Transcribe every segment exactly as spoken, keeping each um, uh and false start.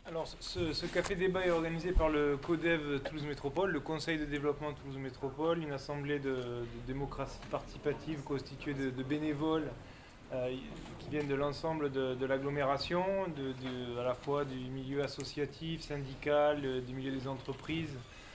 Alors, ce, ce café débat est organisé par le CODEV Toulouse Métropole, le Conseil de développement Toulouse Métropole, une assemblée de, de démocratie participative constituée de, de bénévoles euh, qui viennent de l'ensemble de, de l'agglomération, de, de, à la fois du milieu associatif, syndical, euh, du milieu des entreprises.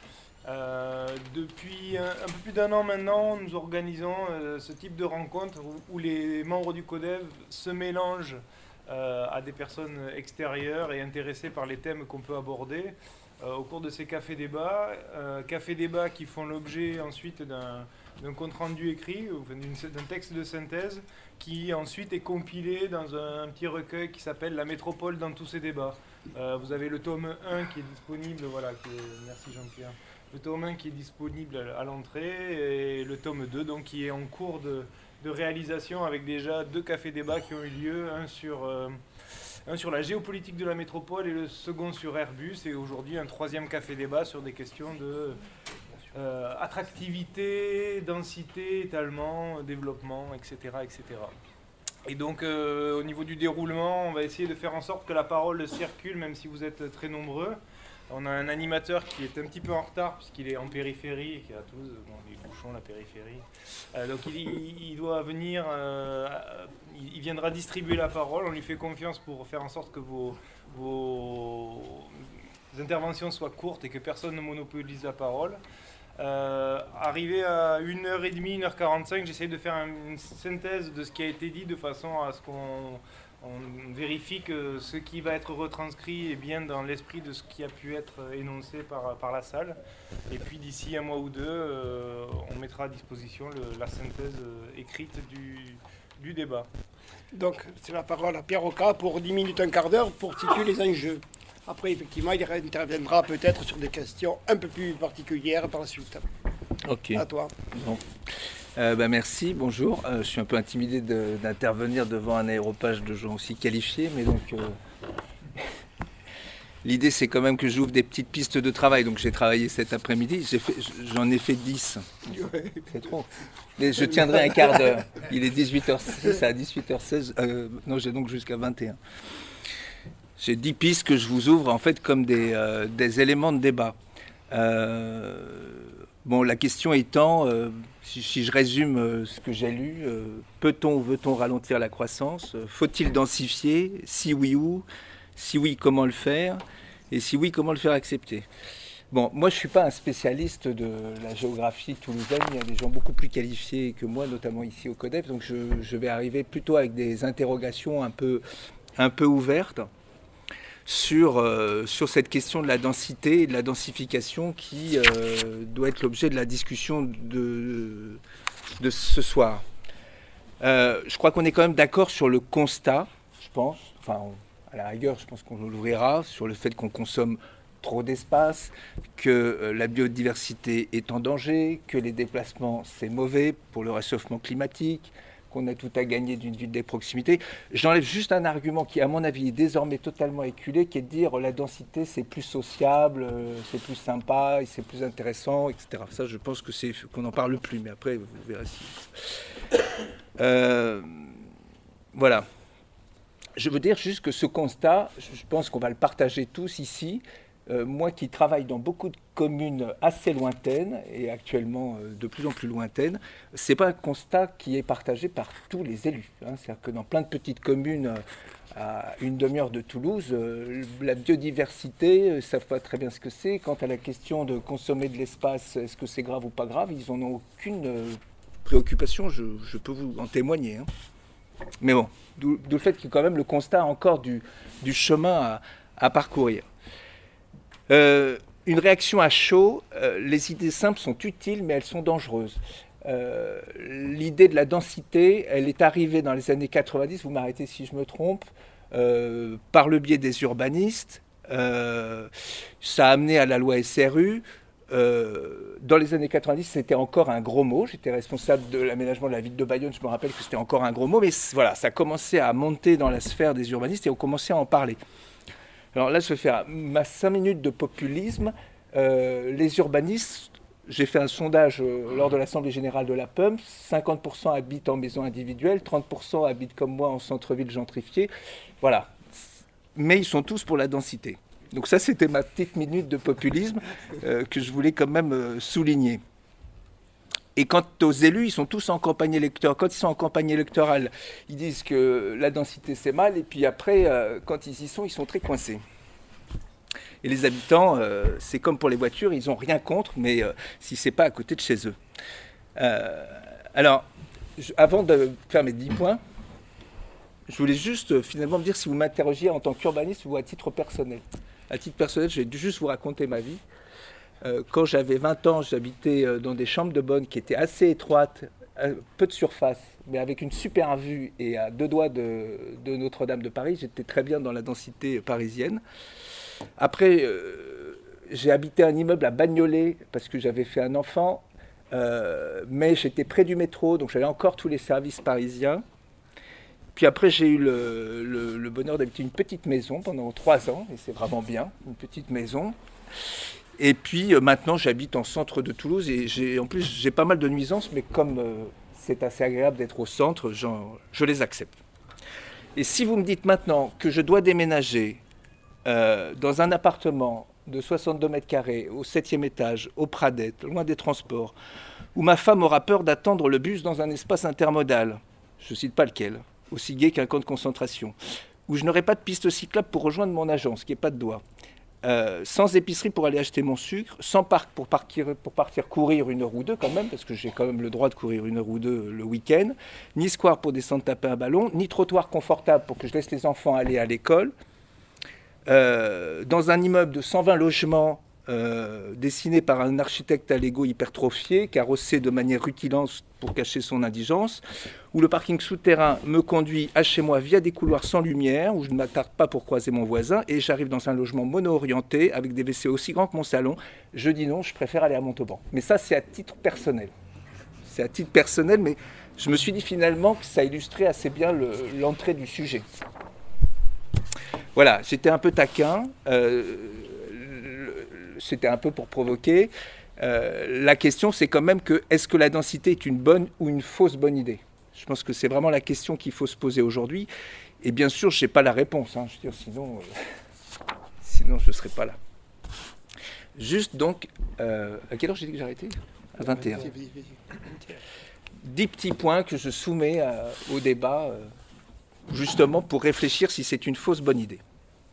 Euh, depuis un, un peu plus d'un an maintenant, nous organisons euh, ce type de rencontre où, où les membres du CODEV se mélangent euh, à des personnes extérieures et intéressées par les thèmes qu'on peut aborder euh, au cours de ces cafés-débats. Euh, cafés-débats qui font l'objet ensuite d'un, d'un compte-rendu écrit, enfin, d'un texte de synthèse qui ensuite est compilé dans un, un petit recueil qui s'appelle La Métropole dans tous ses débats. Euh, vous avez le tome un qui est disponible, voilà, qui est, merci Jean-Pierre. Le tome un qui est disponible à l'entrée et le tome deux donc, qui est en cours de, de réalisation avec déjà deux cafés-débats qui ont eu lieu, un sur, euh, un sur la géopolitique de la métropole et le second sur Airbus, et aujourd'hui un troisième café-débat sur des questions de euh, attractivité, densité, étalement, développement, et cetera et cetera. Et donc euh, au niveau du déroulement, on va essayer de faire en sorte que la parole circule, même si vous êtes très nombreux. On a un animateur qui est un petit peu en retard puisqu'il est en périphérie, qui est à Toulouse, bon, les bouchons, la périphérie. Euh, donc il, il, il doit venir, euh, il viendra distribuer la parole. On lui fait confiance pour faire en sorte que vos, vos interventions soient courtes et que personne ne monopolise la parole. Euh, arrivé à une heure trente, une heure quarante-cinq, j'essaie de faire une synthèse de ce qui a été dit de façon à ce qu'on on vérifie que ce qui va être retranscrit est bien dans l'esprit de ce qui a pu être énoncé par, par la salle. Et puis d'ici un mois ou deux, euh, on mettra à disposition le, la synthèse écrite du, du débat. Donc c'est la parole à Pierre Oka pour dix minutes, un quart d'heure pour situer les enjeux. Après, effectivement, il interviendra peut-être sur des questions un peu plus particulières par la suite. Ok. À toi. Bon. Euh, bah merci, bonjour. Euh, je suis un peu intimidé de, d'intervenir devant un aéropage de gens aussi qualifiés, mais donc euh, l'idée c'est quand même que j'ouvre des petites pistes de travail. Donc j'ai travaillé cet après-midi, j'ai fait, j'en ai fait dix. C'est trop. Mais je tiendrai un quart d'heure. Il est dix-huit heures six à dix-huit heures seize. Euh, non, j'ai donc jusqu'à vingt et un. J'ai dix pistes que je vous ouvre en fait comme des, euh, des éléments de débat. Euh, bon, la question étant, euh, si, si je résume euh, ce que j'ai lu, euh, peut-on ou veut-on ralentir la croissance ? Faut-il densifier ? Si oui, où ? Si oui, comment le faire ? Et si oui, comment le faire accepter ? Bon, moi je ne suis pas un spécialiste de la géographie toulousaine, il y a des gens beaucoup plus qualifiés que moi, notamment ici au CODEV, donc je, je vais arriver plutôt avec des interrogations un peu, un peu ouvertes. Sur, euh, sur cette question de la densité et de la densification qui euh, doit être l'objet de la discussion de, de ce soir. Euh, je crois qu'on est quand même d'accord sur le constat, je pense, enfin à la rigueur je pense qu'on l'ouvrira, sur le fait qu'on consomme trop d'espace, que euh, la biodiversité est en danger, que les déplacements c'est mauvais pour le réchauffement climatique, qu'on a tout à gagner d'une ville des proximités. J'enlève juste un argument qui, à mon avis, est désormais totalement éculé, qui est de dire la densité, c'est plus sociable, c'est plus sympa, et c'est plus intéressant, et cetera. Ça, je pense que c'est qu'on n'en parle plus, mais après, vous verrez si... Euh, voilà. Je veux dire juste que ce constat, je pense qu'on va le partager tous ici. Euh, moi qui travaille dans beaucoup de communes assez lointaines et actuellement euh, de plus en plus lointaines, ce n'est pas un constat qui est partagé par tous les élus. Hein. C'est-à-dire que dans plein de petites communes euh, à une demi-heure de Toulouse, euh, la biodiversité, ils ne savent pas très bien ce que c'est. Quant à la question de consommer de l'espace, est-ce que c'est grave ou pas grave, ils n'en ont aucune euh, préoccupation, je, je peux vous en témoigner. Hein. Mais bon, d'où, d'où le fait qu'il y a quand même le constat encore du, du chemin à, à parcourir. Euh, une réaction à chaud, euh, les idées simples sont utiles, mais elles sont dangereuses. Euh, l'idée de la densité, elle est arrivée dans les années quatre-vingt-dix, vous m'arrêtez si je me trompe, euh, par le biais des urbanistes. Euh, ça a amené à la loi S R U. Euh, dans les années quatre-vingt-dix, c'était encore un gros mot. J'étais responsable de l'aménagement de la ville de Bayonne, je me rappelle que c'était encore un gros mot, mais voilà, ça commençait à monter dans la sphère des urbanistes et on commençait à en parler. Alors là, je vais faire ma cinq minutes de populisme. Euh, les urbanistes, j'ai fait un sondage euh, lors de l'Assemblée générale de la P U M. cinquante pour cent habitent en maison individuelle, trente pour cent habitent comme moi en centre-ville gentrifié. Voilà. Mais ils sont tous pour la densité. Donc ça, c'était ma petite minute de populisme euh, que je voulais quand même euh, souligner. Et quant aux élus, ils sont tous en campagne électorale. Quand ils sont en campagne électorale, ils disent que la densité, c'est mal. Et puis après, euh, quand ils y sont, ils sont très coincés. Et les habitants, euh, c'est comme pour les voitures, ils n'ont rien contre, mais euh, si ce n'est pas à côté de chez eux. Euh, alors, je, avant de faire mes dix points, je voulais juste euh, finalement me dire si vous m'interrogiez en tant qu'urbaniste ou à titre personnel. À titre personnel, je vais juste vous raconter ma vie. Euh, quand j'avais vingt ans, j'habitais euh, dans des chambres de bonne qui étaient assez étroites, euh, peu de surface, mais avec une super vue et à deux doigts de, de Notre-Dame de Paris. J'étais très bien dans la densité parisienne. Après, euh, j'ai habité un immeuble à Bagnolet parce que j'avais fait un enfant, euh, mais j'étais près du métro, donc j'avais encore tous les services parisiens. Puis après, j'ai eu le, le, le bonheur d'habiter une petite maison pendant trois ans, et c'est vraiment bien, une petite maison. Et puis euh, maintenant, j'habite en centre de Toulouse, et j'ai, en plus, j'ai pas mal de nuisances, mais comme euh, c'est assez agréable d'être au centre, je les accepte. Et si vous me dites maintenant que je dois déménager Euh, dans un appartement de soixante-deux mètres carrés, au septième étage, au Pradette, loin des transports, où ma femme aura peur d'attendre le bus dans un espace intermodal, je ne cite pas lequel, aussi gai qu'un camp de concentration, où je n'aurai pas de piste cyclable pour rejoindre mon agence, qui n'est pas de doigt, euh, sans épicerie pour aller acheter mon sucre, sans parc pour partir, pour partir courir une heure ou deux quand même, parce que j'ai quand même le droit de courir une heure ou deux le week-end, ni square pour descendre taper un ballon, ni trottoir confortable pour que je laisse les enfants aller à l'école. Euh, dans un immeuble de cent vingt logements euh, dessiné par un architecte à l'ego hypertrophié, carrossé de manière rutilante pour cacher son indigence, où le parking souterrain me conduit à chez moi via des couloirs sans lumière, où je ne m'attarde pas pour croiser mon voisin, et j'arrive dans un logement mono-orienté avec des W C aussi grands que mon salon. Je dis non, je préfère aller à Montauban. Mais ça, c'est à titre personnel. C'est à titre personnel, mais je me suis dit finalement que ça illustrait assez bien le, l'entrée du sujet. Voilà, j'étais un peu taquin, euh, c'était un peu pour provoquer. Euh, la question, c'est quand même que, est-ce que la densité est une bonne ou une fausse bonne idée ? Je pense que c'est vraiment la question qu'il faut se poser aujourd'hui. Et bien sûr, je n'ai pas la réponse, hein. Je veux dire, sinon, euh, sinon je ne serais pas là. Juste donc, euh, à quelle heure j'ai dit que j'arrêtais ? À vingt et un. Dix petits points que je soumets à, au débat, euh, justement pour réfléchir si c'est une fausse bonne idée.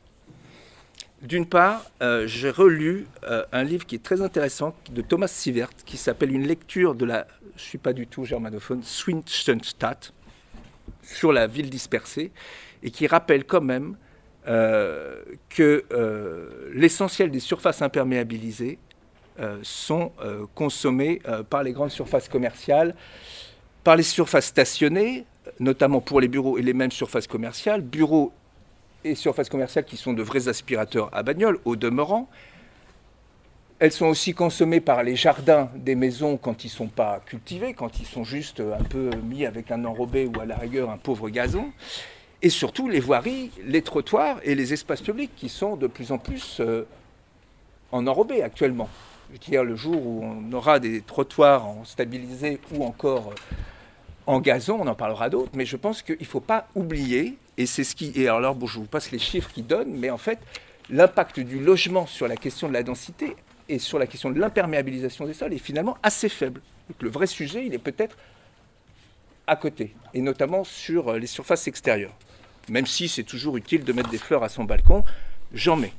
D'une part, euh, j'ai relu euh, un livre qui est très intéressant de Thomas Sievert qui s'appelle Une lecture de la, je ne suis pas du tout germanophone, Swinesstadt, sur la ville dispersée, et qui rappelle quand même euh, que euh, l'essentiel des surfaces imperméabilisées euh, sont euh, consommées euh, par les grandes surfaces commerciales, par les surfaces stationnées, notamment pour les bureaux et les mêmes surfaces commerciales, bureaux et surfaces commerciales qui sont de vrais aspirateurs à bagnole, au demeurant. Elles sont aussi consommées par les jardins des maisons quand ils ne sont pas cultivés, quand ils sont juste un peu mis avec un enrobé ou à la rigueur un pauvre gazon. Et surtout les voiries, les trottoirs et les espaces publics qui sont de plus en plus euh, en enrobé actuellement. Je veux dire, le jour où on aura des trottoirs en stabilisé ou encore euh, en gazon, on en parlera d'autres, mais je pense qu'il ne faut pas oublier, et c'est ce qui. Et alors, bon, je vous passe les chiffres qui donnent, mais en fait, l'impact du logement sur la question de la densité et sur la question de l'imperméabilisation des sols est finalement assez faible. Donc le vrai sujet, il est peut-être à côté, et notamment sur les surfaces extérieures. Même si c'est toujours utile de mettre des fleurs à son balcon, j'en mets.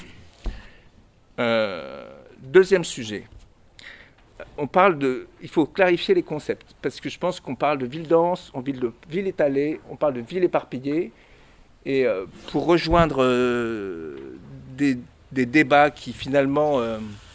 Euh, deuxième sujet. On parle de, il faut clarifier les concepts, parce que je pense qu'on parle de ville dense, on parle de ville étalée, on parle de ville éparpillée, et euh, pour rejoindre euh, des, des débats qui finalement euh,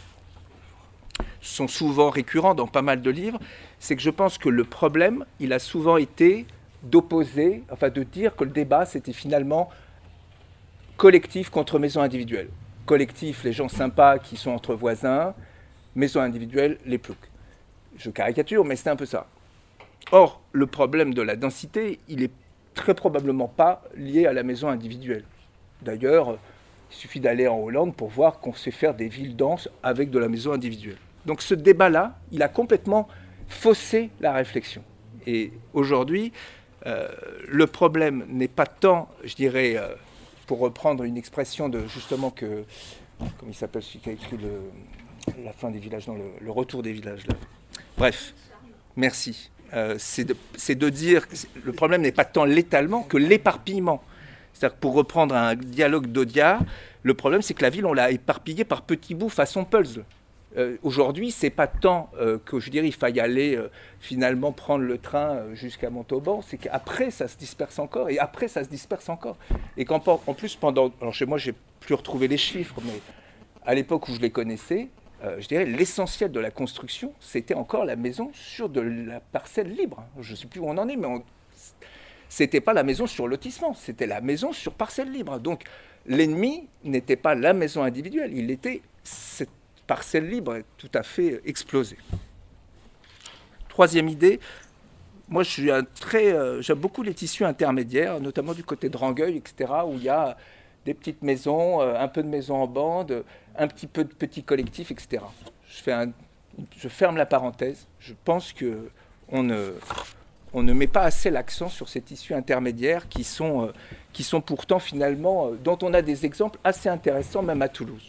sont souvent récurrents dans pas mal de livres, c'est que je pense que le problème, il a souvent été d'opposer, enfin de dire que le débat c'était finalement collectif contre maison individuelle. Collectif, les gens sympas qui sont entre voisins, maison individuelle, les ploucs. Je caricature, mais c'est un peu ça. Or, le problème de la densité, il est très probablement pas lié à la maison individuelle. D'ailleurs, il suffit d'aller en Hollande pour voir qu'on sait faire des villes denses avec de la maison individuelle. Donc ce débat-là, il a complètement faussé la réflexion. Et aujourd'hui, euh, le problème n'est pas tant, je dirais, euh, pour reprendre une expression de justement que, comment il s'appelle celui qui a écrit le, la fin des villages, non, le, le retour des villages. Là. Bref, merci. Euh, c'est, de, c'est de dire, le problème n'est pas tant l'étalement que l'éparpillement. C'est-à-dire que pour reprendre un dialogue d'Audiard, le problème c'est que la ville, on l'a éparpillée par petits bouts façon puzzle. Euh, aujourd'hui, c'est pas tant euh, que je dirais il faille aller euh, finalement prendre le train euh, jusqu'à Montauban, c'est qu'après ça se disperse encore et après ça se disperse encore. Et qu'en en plus pendant, alors chez moi j'ai plus retrouvé les chiffres, mais à l'époque où je les connaissais, euh, je dirais l'essentiel de la construction, c'était encore la maison sur de la parcelle libre. Je ne sais plus où on en est, mais on... c'était pas la maison sur lotissement, c'était la maison sur parcelle libre. Donc l'ennemi n'était pas la maison individuelle, il était cette parcelle libre tout à fait explosée. Troisième idée, moi je suis un très, euh, j'aime beaucoup les tissus intermédiaires, notamment du côté de Rangueil, et cetera, où il y a des petites maisons, euh, un peu de maisons en bande, un petit peu de petits collectifs, et cetera. Je, fais un, je ferme la parenthèse. Je pense qu'on ne, on ne met pas assez l'accent sur ces tissus intermédiaires qui sont, euh, qui sont pourtant finalement, euh, dont on a des exemples assez intéressants, même à Toulouse.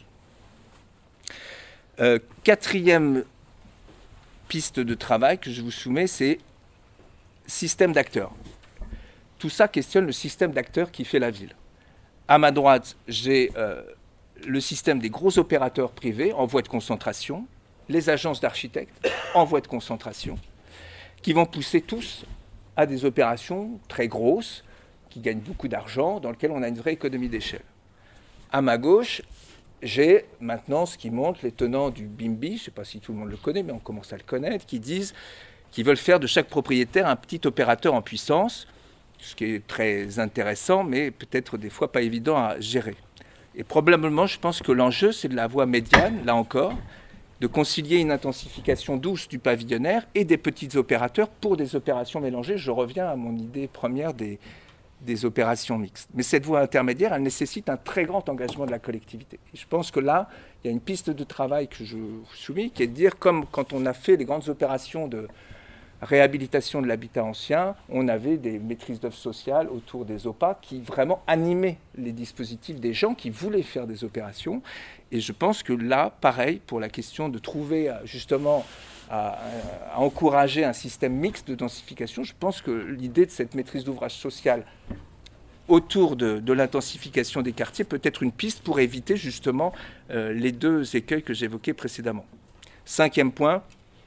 Euh, quatrième piste de travail que je vous soumets, c'est système d'acteurs. Tout ça questionne le système d'acteurs qui fait la ville. À ma droite, j'ai euh, le système des gros opérateurs privés en voie de concentration, les agences d'architectes en voie de concentration, qui vont pousser tous à des opérations très grosses, qui gagnent beaucoup d'argent, dans lesquelles on a une vraie économie d'échelle. À ma gauche, j'ai maintenant ce qui montre les tenants du BIMBI, je ne sais pas si tout le monde le connaît, mais on commence à le connaître, qui disent qu'ils veulent faire de chaque propriétaire un petit opérateur en puissance, ce qui est très intéressant, mais peut-être des fois pas évident à gérer. Et probablement, je pense que l'enjeu, c'est de la voie médiane, là encore, de concilier une intensification douce du pavillonnaire et des petits opérateurs pour des opérations mélangées. Je reviens à mon idée première des, des opérations mixtes. Mais cette voie intermédiaire, elle nécessite un très grand engagement de la collectivité. Et je pense que là, il y a une piste de travail que je vous soumets, qui est de dire, comme quand on a fait les grandes opérations de réhabilitation de l'habitat ancien, on avait des maîtrises d'œuvre sociales autour des O P A qui vraiment animaient les dispositifs des gens qui voulaient faire des opérations. Et je pense que là, pareil, pour la question de trouver justement à, à encourager un système mixte de densification, je pense que l'idée de cette maîtrise d'ouvrage social autour de, de l'intensification des quartiers peut être une piste pour éviter justement euh, les deux écueils que j'évoquais précédemment. Cinquième point,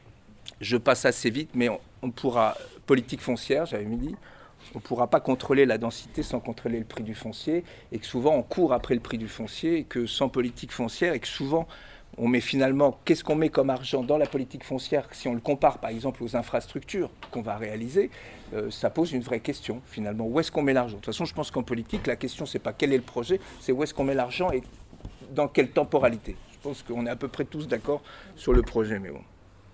je passe assez vite, mais on, on pourra, politique foncière, j'avais dit, on ne pourra pas contrôler la densité sans contrôler le prix du foncier, et que souvent on court après le prix du foncier, et que sans politique foncière, et que souvent on met finalement, qu'est-ce qu'on met comme argent dans la politique foncière, si on le compare par exemple aux infrastructures qu'on va réaliser, euh, ça pose une vraie question finalement, où est-ce qu'on met l'argent? De toute façon, je pense qu'en politique, la question c'est pas quel est le projet, c'est où est-ce qu'on met l'argent et dans quelle temporalité. Je pense qu'on est à peu près tous d'accord sur le projet, mais bon.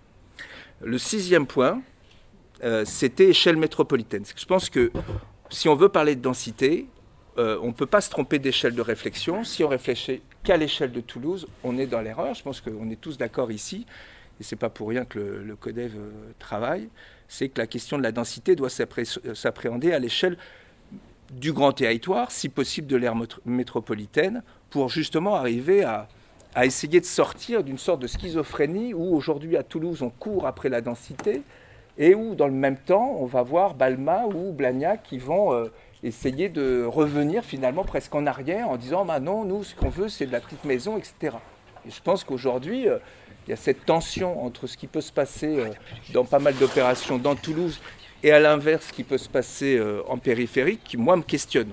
Le sixième point, euh, c'était échelle métropolitaine. Je pense que si on veut parler de densité, euh, on ne peut pas se tromper d'échelle de réflexion. Si on réfléchit qu'à l'échelle de Toulouse, on est dans l'erreur. Je pense qu'on est tous d'accord ici, et ce n'est pas pour rien que le, le CODEV euh, travaille, c'est que la question de la densité doit s'appré- s'appréhender à l'échelle du grand territoire, si possible de l'aire métropolitaine, pour justement arriver à à essayer de sortir d'une sorte de schizophrénie où aujourd'hui à Toulouse on court après la densité et où dans le même temps on va voir Balma ou Blagnac qui vont euh, essayer de revenir finalement presque en arrière en disant bah non, nous ce qu'on veut c'est de la petite maison, et cetera. Et je pense qu'aujourd'hui euh, il y a cette tension entre ce qui peut se passer euh, dans pas mal d'opérations dans Toulouse et à l'inverse ce qui peut se passer euh, en périphérie qui moi me questionne.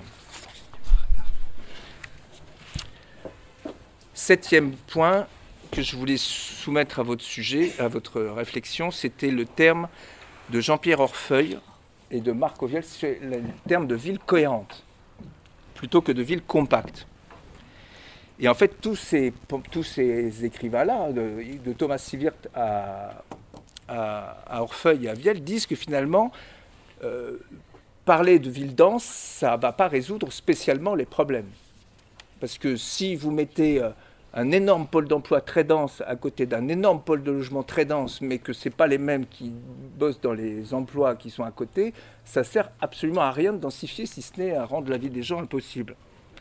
Septième point que je voulais soumettre à votre sujet, à votre réflexion, c'était le terme de Jean-Pierre Orfeuille et de Marc Auviel, c'est le terme de ville cohérente, plutôt que de ville compacte. Et en fait, tous ces, tous ces écrivains-là, de, de Thomas Sievert à, à, à Orfeuille et à Vielle, disent que finalement, euh, parler de ville dense, ça ne va pas résoudre spécialement les problèmes. Parce que si vous mettez un énorme pôle d'emploi très dense à côté d'un énorme pôle de logement très dense, mais que ce n'est pas les mêmes qui bossent dans les emplois qui sont à côté, ça ne sert absolument à rien de densifier, si ce n'est à rendre la vie des gens impossible.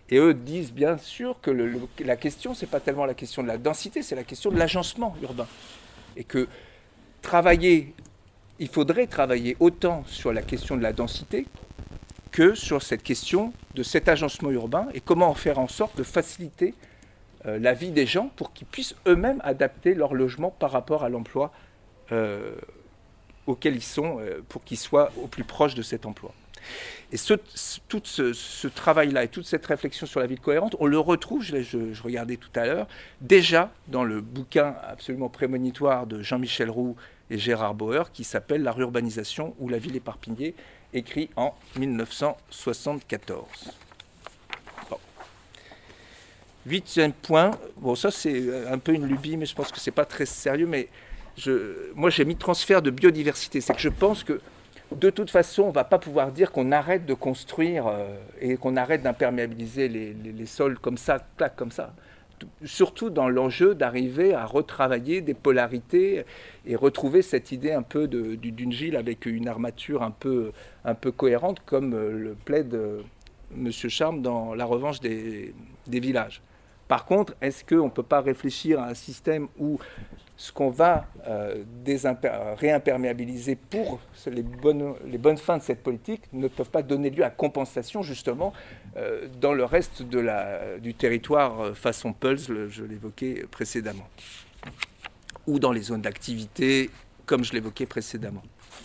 Et eux disent bien sûr que le, le, la question, ce n'est pas tellement la question de la densité, c'est la question de l'agencement urbain. Et que travailler, il faudrait travailler autant sur la question de la densité que sur cette question de cet agencement urbain et comment en faire en sorte de faciliter euh, la vie des gens pour qu'ils puissent eux-mêmes adapter leur logement par rapport à l'emploi euh, auquel ils sont, euh, pour qu'ils soient au plus proche de cet emploi. Et ce, tout ce, ce travail-là et toute cette réflexion sur la ville cohérente, on le retrouve, je, je, je regardais tout à l'heure, déjà dans le bouquin absolument prémonitoire de Jean-Michel Roux et Gérard Bauer, qui s'appelle « La réurbanisation ou la ville éparpignée », écrit en mille neuf cent soixante-quatorze. Bon. Huitième point, bon ça c'est un peu une lubie, mais je pense que c'est pas très sérieux, mais je, moi j'ai mis transfert de biodiversité, c'est que je pense que de toute façon, on ne va pas pouvoir dire qu'on arrête de construire euh, et qu'on arrête d'imperméabiliser les, les, les sols comme ça, clac, comme ça. Surtout dans l'enjeu d'arriver à retravailler des polarités et retrouver cette idée un peu de, d'une ville avec une armature un peu, un peu cohérente, comme le plaide euh, M. Charme dans La revanche des, des villages. Par contre, est-ce qu'on ne peut pas réfléchir à un système où ce qu'on va euh, désimper- réimperméabiliser pour les bonnes, les bonnes fins de cette politique ne peuvent pas donner lieu à compensation, justement, euh, dans le reste de la, du territoire euh, façon Pulse, le, je l'évoquais précédemment, ou dans les zones d'activité, comme je l'évoquais précédemment.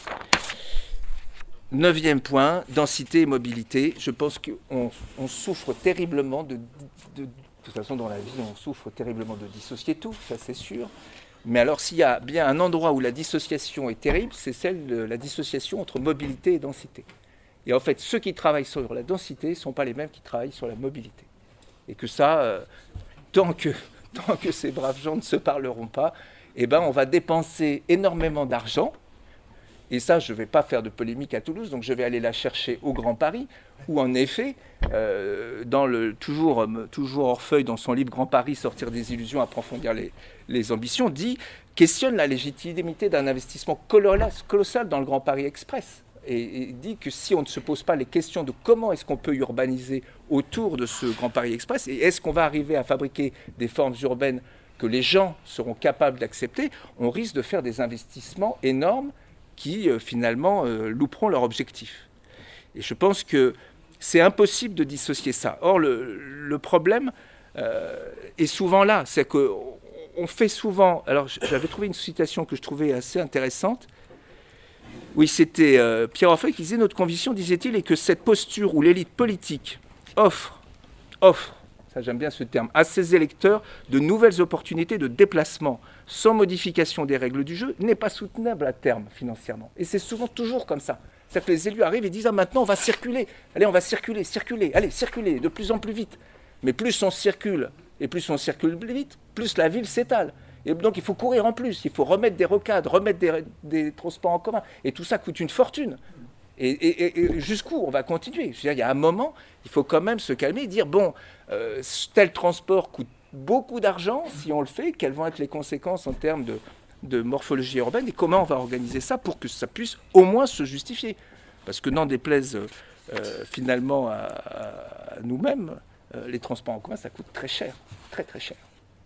Neuvième point, densité et mobilité. Je pense qu'on on souffre terriblement de, de... De toute façon, dans la vie, on souffre terriblement de dissocier tout, ça c'est sûr. Mais alors, s'il y a bien un endroit où la dissociation est terrible, c'est celle de la dissociation entre mobilité et densité. Et en fait, ceux qui travaillent sur la densité ne sont pas les mêmes qui travaillent sur la mobilité. Et que ça, euh, tant que, tant que ces braves gens ne se parleront pas, eh ben, on va dépenser énormément d'argent. Et ça, je ne vais pas faire de polémique à Toulouse, donc je vais aller la chercher au Grand Paris, où en effet, euh, dans le, toujours, toujours Orfeuille, dans son livre Grand Paris, Sortir des illusions, approfondir les, les ambitions, dit, questionne la légitimité d'un investissement colossal dans le Grand Paris Express. Et, et dit que si on ne se pose pas les questions de comment est-ce qu'on peut urbaniser autour de ce Grand Paris Express, et est-ce qu'on va arriver à fabriquer des formes urbaines que les gens seront capables d'accepter, on risque de faire des investissements énormes qui, euh, finalement, euh, louperont leur objectif. Et je pense que c'est impossible de dissocier ça. Or, le, le problème euh, est souvent là. C'est qu'on fait souvent... Alors, j'avais trouvé une citation que je trouvais assez intéressante. Oui, c'était euh, Pierre Orfeuille qui disait « Notre conviction, disait-il, est que cette posture où l'élite politique offre, offre, ça j'aime bien ce terme, à ses électeurs de nouvelles opportunités de déplacement sans modification des règles du jeu n'est pas soutenable à terme financièrement. » Et c'est souvent toujours comme ça. C'est-à-dire que les élus arrivent et disent « Ah, maintenant on va circuler, allez on va circuler, circuler, allez circuler de plus en plus vite. » Mais plus on circule et plus on circule vite, plus la ville s'étale. Et donc il faut courir en plus, il faut remettre des rocades, remettre des, des transports en commun. Et tout ça coûte une fortune. Et, et, et jusqu'où on va continuer? Je veux dire, il y a un moment, il faut quand même se calmer et dire, bon, euh, tel transport coûte beaucoup d'argent, si on le fait, quelles vont être les conséquences en termes de, de morphologie urbaine et comment on va organiser ça pour que ça puisse au moins se justifier. Parce que n'en déplaise euh, finalement à, à nous-mêmes, euh, les transports en commun, ça coûte très cher, très très cher.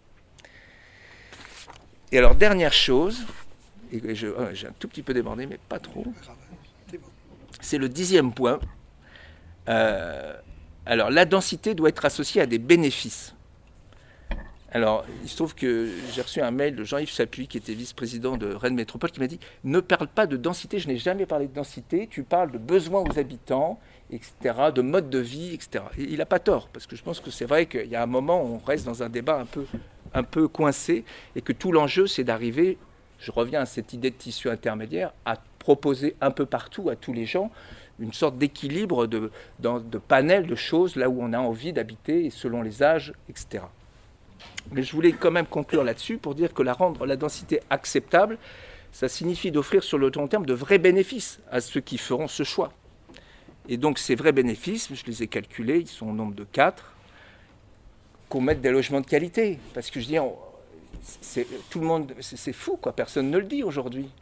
Et alors, dernière chose, et je, oh, j'ai un tout petit peu débordé, mais pas trop, c'est le dixième point. Euh, alors, la densité doit être associée à des bénéfices. Alors, il se trouve que j'ai reçu un mail de Jean-Yves Chapuis, qui était vice-président de Rennes Métropole, qui m'a dit « Ne parle pas de densité, je n'ai jamais parlé de densité, tu parles de besoins aux habitants, et cetera, de mode de vie, et cetera » Et il n'a pas tort, parce que je pense que c'est vrai qu'il y a un moment où on reste dans un débat un peu, un peu coincé, et que tout l'enjeu, c'est d'arriver, je reviens à cette idée de tissu intermédiaire, à proposer un peu partout à tous les gens une sorte d'équilibre de, de, de panel de choses, là où on a envie d'habiter, et selon les âges, et cetera. Mais je voulais quand même conclure là-dessus pour dire que la rendre la densité acceptable, ça signifie d'offrir sur le long terme de vrais bénéfices à ceux qui feront ce choix. Et donc ces vrais bénéfices, je les ai calculés, ils sont au nombre de quatre, qu'on mette des logements de qualité. Parce que je dis, on, c'est, tout le monde, c'est, c'est fou, quoi. Personne ne le dit aujourd'hui.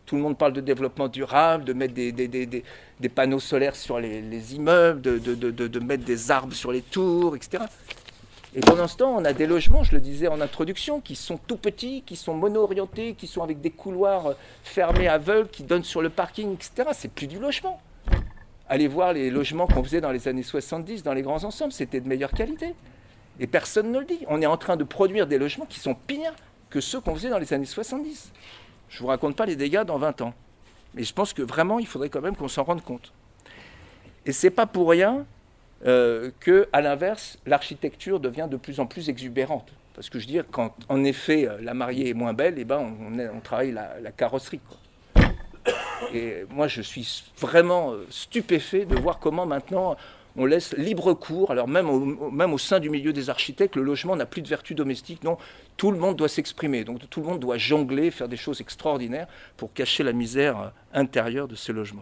Tout le monde parle de développement durable, de mettre des, des, des, des, des panneaux solaires sur les, les immeubles, de, de, de, de mettre des arbres sur les tours, et cetera. Et pendant ce temps, on a des logements, je le disais en introduction, qui sont tout petits, qui sont mono-orientés, qui sont avec des couloirs fermés aveugles, qui donnent sur le parking, et cetera. C'est plus du logement. Allez voir les logements qu'on faisait dans les années soixante-dix, dans les grands ensembles, c'était de meilleure qualité. Et personne ne le dit. On est en train de produire des logements qui sont pires que ceux qu'on faisait dans les années soixante-dix. Je ne vous raconte pas les dégâts dans vingt ans. Mais je pense que vraiment, il faudrait quand même qu'on s'en rende compte. Et ce n'est pas pour rien euh, qu'à l'inverse, l'architecture devient de plus en plus exubérante. Parce que je veux dire, quand en effet la mariée est moins belle, eh ben, on, on, on travaille la, la carrosserie, quoi. Et moi, je suis vraiment stupéfait de voir comment maintenant on laisse libre cours. Alors même au, même au sein du milieu des architectes, le logement n'a plus de vertu domestique. Non, tout le monde doit s'exprimer. Donc tout le monde doit jongler, faire des choses extraordinaires pour cacher la misère intérieure de ces logements.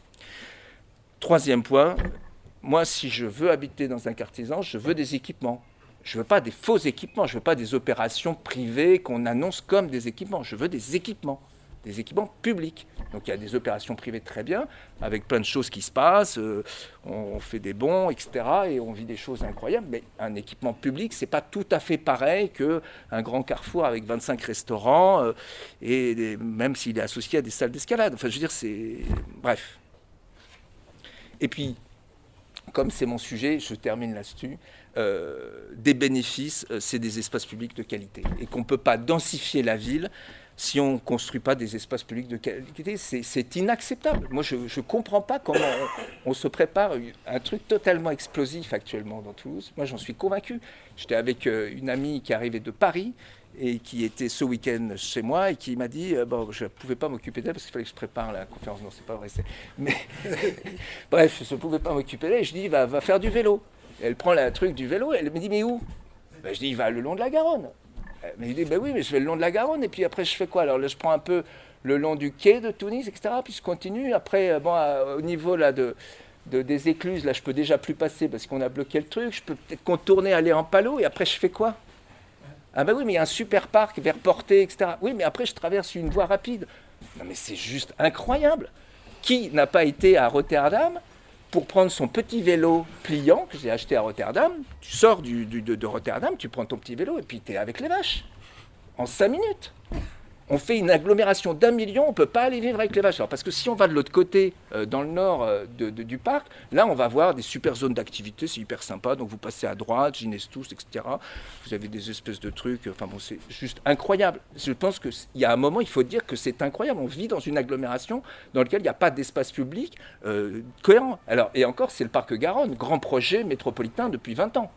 Troisième point, moi, si je veux habiter dans un quartier-général, je veux des équipements. Je ne veux pas des faux équipements. Je ne veux pas des opérations privées qu'on annonce comme des équipements. Je veux des équipements. Des équipements publics. Donc il y a des opérations privées très bien, avec plein de choses qui se passent, euh, on fait des bons, et cetera, et on vit des choses incroyables, mais un équipement public, c'est pas tout à fait pareil qu'un grand carrefour avec vingt-cinq restaurants, euh, et des, même s'il est associé à des salles d'escalade. Enfin, je veux dire, c'est... Bref. Et puis, comme c'est mon sujet, je termine là-dessus, euh, des bénéfices, euh, c'est des espaces publics de qualité, et qu'on ne peut pas densifier la ville si on ne construit pas des espaces publics de qualité. C'est, c'est inacceptable. Moi, je ne comprends pas comment on, on se prépare un truc totalement explosif actuellement dans Toulouse. Moi, j'en suis convaincu. J'étais avec une amie qui arrivait de Paris et qui était ce week-end chez moi et qui m'a dit euh, bon, je ne pouvais pas m'occuper d'elle parce qu'il fallait que je prépare la conférence. Non, c'est pas vrai. C'est... Mais bref, je ne pouvais pas m'occuper d'elle. Et je dis va, va faire du vélo. Et elle prend le truc du vélo et elle me dit mais où? Ben, je dis va le long de la Garonne. Mais il dit, ben oui, mais je vais le long de la Garonne, et puis après, je fais quoi? Alors là, je prends un peu le long du quai de Tunis, et cetera, puis je continue. Après, bon, à, au niveau là, de, de, des écluses, là, je peux déjà plus passer parce qu'on a bloqué le truc. Je peux peut-être contourner, aller en Palo, et après, je fais quoi? Ah ben oui, mais il y a un super parc vers Portée, et cetera. Oui, mais après, je traverse une voie rapide. Non, mais c'est juste incroyable. Qui n'a pas été à Rotterdam pour prendre son petit vélo pliant que j'ai acheté à Rotterdam? Tu sors du, du, de, de Rotterdam, tu prends ton petit vélo et puis tu es avec les vaches. En cinq minutes. On fait une agglomération d'un million, on ne peut pas aller vivre avec les vaches. Alors, parce que si on va de l'autre côté, euh, dans le nord euh, de, de, du parc, là, on va voir des super zones d'activité, c'est hyper sympa. Donc, vous passez à droite, Ginestus, et cetera. Vous avez des espèces de trucs. Enfin bon, c'est juste incroyable. Je pense qu'il y a un moment, il faut dire que c'est incroyable. On vit dans une agglomération dans laquelle il n'y a pas d'espace public euh, cohérent. Alors, et encore, c'est le parc Garonne, grand projet métropolitain depuis vingt ans.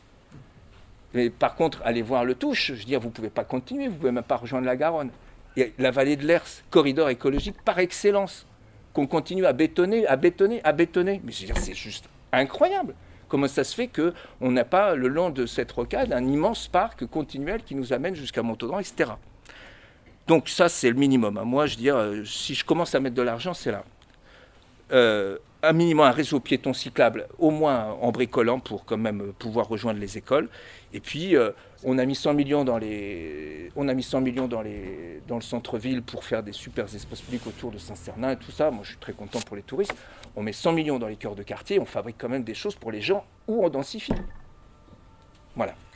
Mais par contre, allez voir le Touche, je veux dire, vous ne pouvez pas continuer, vous ne pouvez même pas rejoindre la Garonne. Et la vallée de l'Hers, corridor écologique par excellence, qu'on continue à bétonner, à bétonner, à bétonner. Mais je veux dire, c'est juste incroyable. Comment ça se fait qu'on n'a pas, le long de cette rocade, un immense parc continuel qui nous amène jusqu'à Montaudan, et cetera. Donc ça, c'est le minimum. Moi, je veux dire, si je commence à mettre de l'argent, c'est là. Euh, un minimum, un réseau piéton cyclable, au moins en bricolant pour quand même pouvoir rejoindre les écoles. Et puis, euh, on a mis cent millions dans les, on a mis cent millions dans les, dans le centre-ville pour faire des super espaces publics autour de Saint-Cernin et tout ça. Moi, je suis très content pour les touristes. On met cent millions dans les cœurs de quartier, on fabrique quand même des choses pour les gens où on densifie. Voilà.